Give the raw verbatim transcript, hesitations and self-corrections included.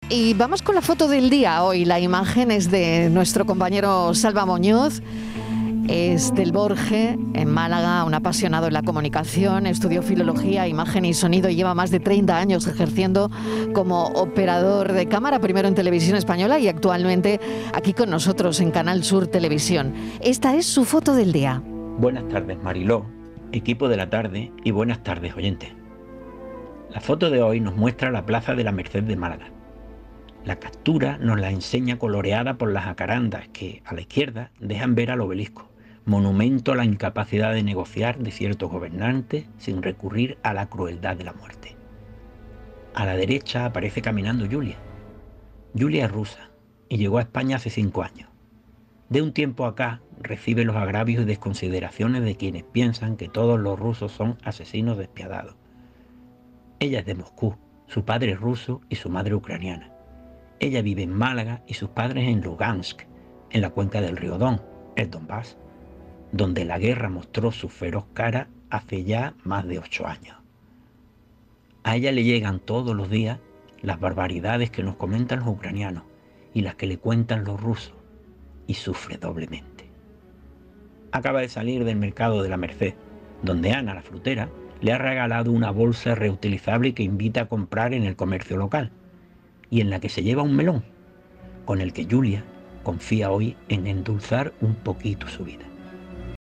Y vamos con la foto del día hoy. La imagen es de nuestro compañero Salva Muñoz. Es del Borge, en Málaga, un apasionado en la comunicación, estudió filología, imagen y sonido y lleva más de treinta años ejerciendo como operador de cámara, primero en Televisión Española y actualmente aquí con nosotros en Canal Sur Televisión. Esta es su foto del día. Buenas tardes, Mariló, equipo de la tarde, y buenas tardes, oyentes. La foto de hoy nos muestra la Plaza de la Merced de Málaga. La captura nos la enseña coloreada por las jacarandas que, a la izquierda, dejan ver al obelisco, monumento a la incapacidad de negociar de ciertos gobernantes sin recurrir a la crueldad de la muerte. A la derecha aparece caminando Julia. Julia es rusa y llegó a España hace cinco años. De un tiempo acá recibe los agravios y desconsideraciones de quienes piensan que todos los rusos son asesinos despiadados. Ella es de Moscú, su padre es ruso y su madre ucraniana. Ella vive en Málaga y sus padres en Lugansk, en la cuenca del río Don, el Donbass, donde la guerra mostró su feroz cara hace ya más de ocho años. A ella le llegan todos los días las barbaridades que nos comentan los ucranianos y las que le cuentan los rusos, y sufre doblemente. Acaba de salir del mercado de la Merced, donde Ana, la frutera, le ha regalado una bolsa reutilizable que invita a comprar en el comercio local, y en la que se lleva un melón, con el que Julia confía hoy en endulzar un poquito su vida.